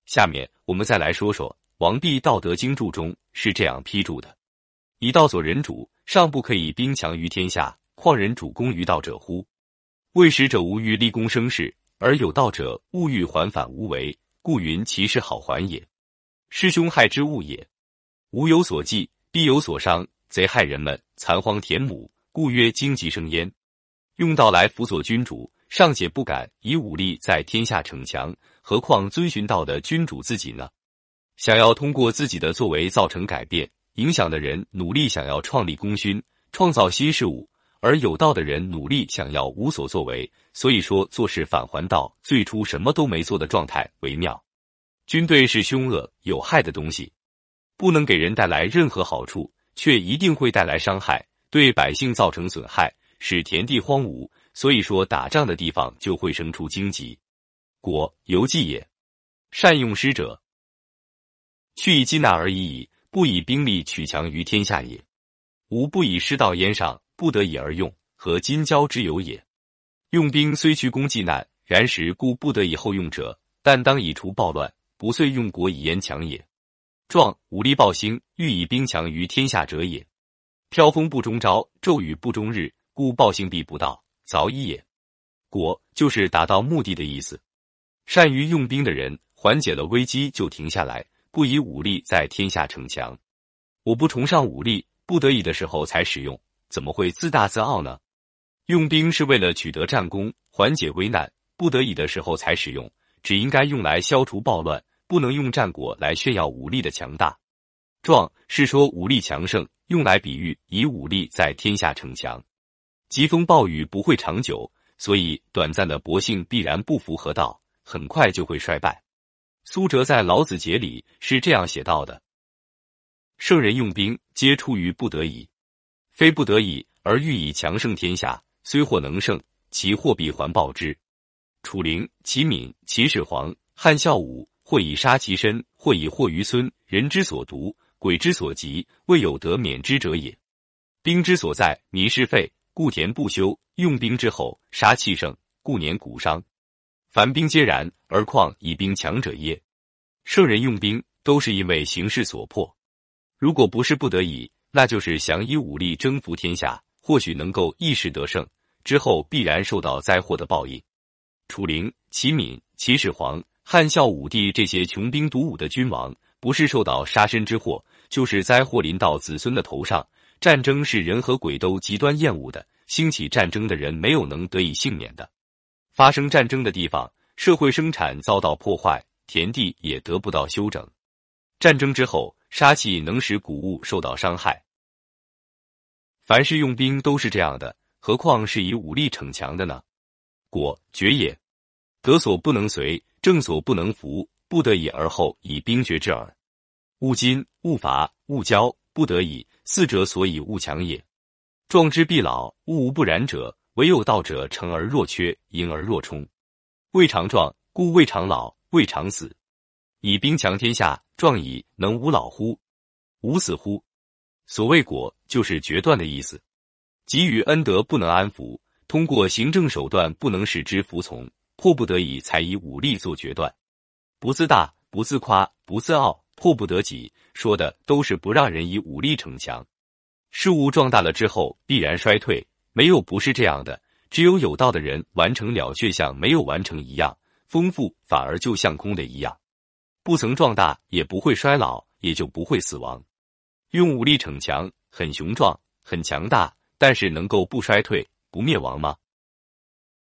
下面我们再来说说王弼《道德经注》中是这样批注的：以道所人主，尚不可以兵强于天下，况人主攻于道者乎？为使者无欲立功生事，而有道者勿欲还反无为，故云其事好还也。是凶害之物也。无有所忌，必有所伤，贼害人们，残荒田亩，故曰荆棘生焉。用道来辅佐君主，尚且不敢以武力在天下逞强，何况遵循道的君主自己呢？想要通过自己的作为造成改变，影响的人努力想要创立功勋，创造新事物，而有道的人努力想要无所作为，所以说做事返还道最初什么都没做的状态为妙。军队是凶恶有害的东西，不能给人带来任何好处，却一定会带来伤害，对百姓造成损害，使田地荒芜，所以说打仗的地方就会生出荆棘。果犹忌也。善用师者，去以击难而已矣，不以兵力取强于天下也。吾不以师道焉上，不得已而用，何今交之有也？用兵虽驱攻济难，然时故不得已后用者，但当以除暴乱，不遂用国以延强也。壮武力暴兴，欲以兵强于天下者也。飘风不终朝，骤雨不终日，故暴兴必不到，凿一也。果就是达到目的的意思。善于用兵的人，缓解了危机就停下来，不以武力在天下逞强。我不崇尚武力，不得已的时候才使用，怎么会自大自傲呢？用兵是为了取得战功，缓解危难，不得已的时候才使用，只应该用来消除暴乱，不能用战果来炫耀武力的强大。壮是说武力强盛，用来比喻以武力在天下逞强。疾风暴雨不会长久，所以短暂的博兴必然不符合道，很快就会衰败。苏辙在《老子节》里是这样写到的：圣人用兵，皆出于不得已，非不得已而欲以强盛天下，虽或能胜，其祸必环抱之。楚灵、齐闵、秦始皇、汉孝武，或以杀其身，或以祸于孙，人之所独，鬼之所及，未有得免之者也。兵之所在，民是废，故田不修；用兵之后，杀气盛，故年谷伤。凡兵皆然，而况以兵强者耶？圣人用兵，都是因为形势所迫。如果不是不得已，那就是想以武力征服天下，或许能够一时得胜，之后必然受到灾祸的报应。楚灵、齐闵、秦始皇、汉孝武帝这些穷兵黩武的君王，不是受到杀身之祸，就是灾祸临到子孙的头上。战争是人和鬼都极端厌恶的，兴起战争的人没有能得以幸免的。发生战争的地方，社会生产遭到破坏，田地也得不到修整。战争之后，杀气能使谷物受到伤害。凡是用兵都是这样的，何况是以武力逞强的呢？果决也。得所不能随，正所不能服，不得已而后以兵决之耳。勿矜，勿伐，勿骄，不得已，四者所以勿强也。壮之必老，物无不然者，唯有道者成而若缺，盈而若冲。未尝壮，故未尝老，未尝死。以兵强天下，壮矣，能无老乎？无死乎？所谓果，就是决断的意思。给予恩德不能安抚，通过行政手段不能使之服从，迫不得已才以武力做决断。不自大，不自夸，不自傲，迫不得己，说的都是不让人以武力逞强。事物壮大了之后必然衰退，没有不是这样的，只有有道的人完成了却像没有完成一样，丰富反而就像空的一样。不曾壮大也不会衰老，也就不会死亡。用武力逞强，很雄壮，很强大，但是能够不衰退，不灭亡吗？